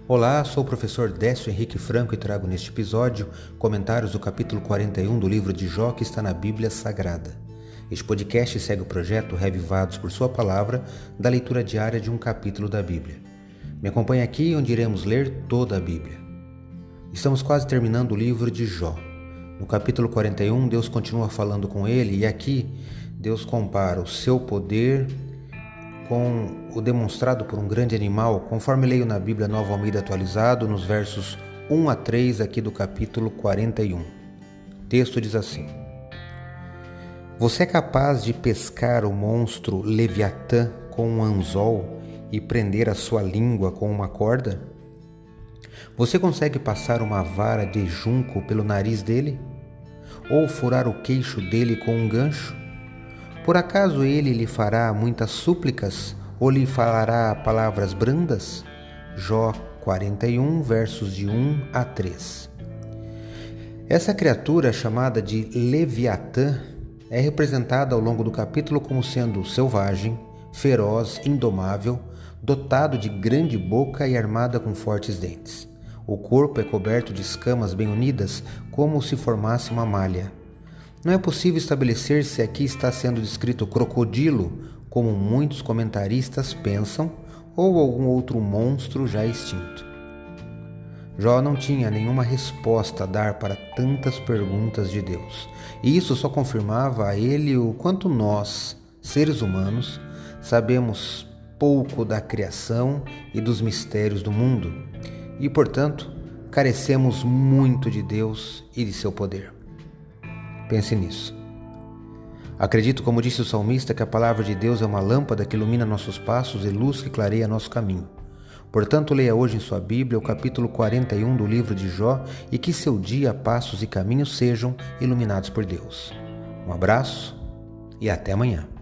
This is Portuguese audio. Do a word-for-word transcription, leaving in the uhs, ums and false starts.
Olá, sou o professor Décio Henrique Franco e trago neste episódio comentários do capítulo quarenta e um do livro de Jó que está na Bíblia Sagrada. Este podcast segue o projeto Revivados por Sua Palavra, da leitura diária de um capítulo da Bíblia. Me acompanhe aqui onde iremos ler toda a Bíblia. Estamos quase terminando o livro de Jó. No capítulo quarenta e um, Deus continua falando com ele e aqui Deus compara o seu poder com o demonstrado por um grande animal, conforme leio na Bíblia Nova Almeida Atualizado, nos versos um a três aqui do capítulo quarenta e um. O texto diz assim: Você é capaz de pescar o monstro Leviatã com um anzol e prender a sua língua com uma corda? Você consegue passar uma vara de junco pelo nariz dele? Ou furar o queixo dele com um gancho? Por acaso ele lhe fará muitas súplicas ou lhe falará palavras brandas? Jó quarenta e um, versos de um a três. Essa criatura chamada de Leviatã é representada ao longo do capítulo como sendo selvagem, feroz, indomável, dotado de grande boca e armada com fortes dentes. O corpo é coberto de escamas bem unidas, como se formasse uma malha. Não é possível estabelecer se aqui está sendo descrito crocodilo, como muitos comentaristas pensam, ou algum outro monstro já extinto. Jó não tinha nenhuma resposta a dar para tantas perguntas de Deus, e isso só confirmava a ele o quanto nós, seres humanos, sabemos pouco da criação e dos mistérios do mundo, e, portanto, carecemos muito de Deus e de seu poder. Pense nisso. Acredito, como disse o salmista, que a palavra de Deus é uma lâmpada que ilumina nossos passos e luz que clareia nosso caminho. Portanto, leia hoje em sua Bíblia o capítulo quarenta e um do livro de Jó e que seu dia, passos e caminhos sejam iluminados por Deus. Um abraço e até amanhã.